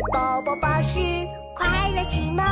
宝宝巴士快乐启蒙。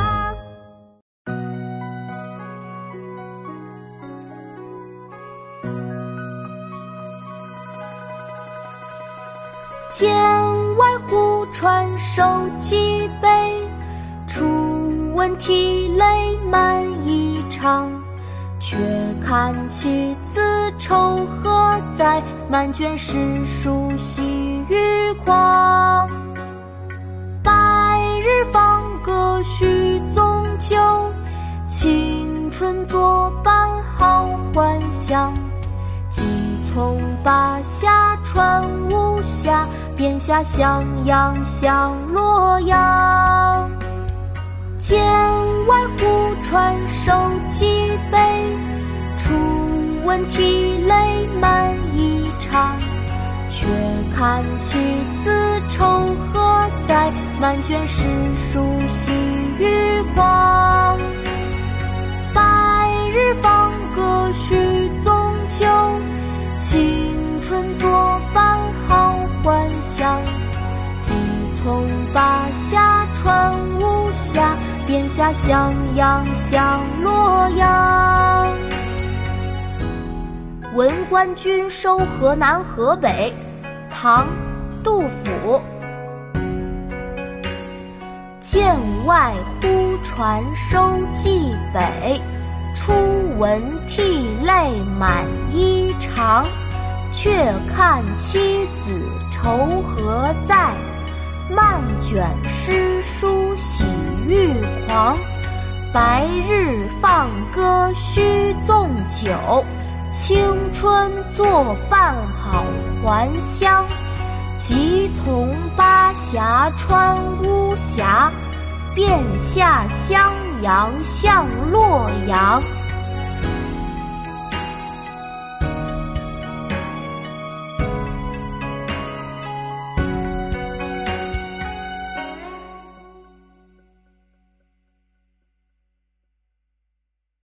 剑外忽传授几杯，初闻涕泪满衣裳。却看妻子愁何在，满卷诗书喜欲狂。白日放歌须纵酒，青春作伴好还乡。即从巴峡穿巫峡，便下襄阳向洛阳。剑外忽传授几杯，初闻涕泪满衣裳。却看妻子愁何在，满卷诗书喜欲狂。白日放歌须纵酒，青春作伴好还乡。即从巴峡穿巫峡，便下襄阳向洛阳。闻官军收河南河北，唐·杜甫。剑外忽传授几杯，初闻涕泪满衣裳。却看妻子愁何在，漫卷诗书喜欲狂。白日放歌须纵酒，青春作伴好还乡。即从巴峡穿巫峡，便下襄阳向洛阳。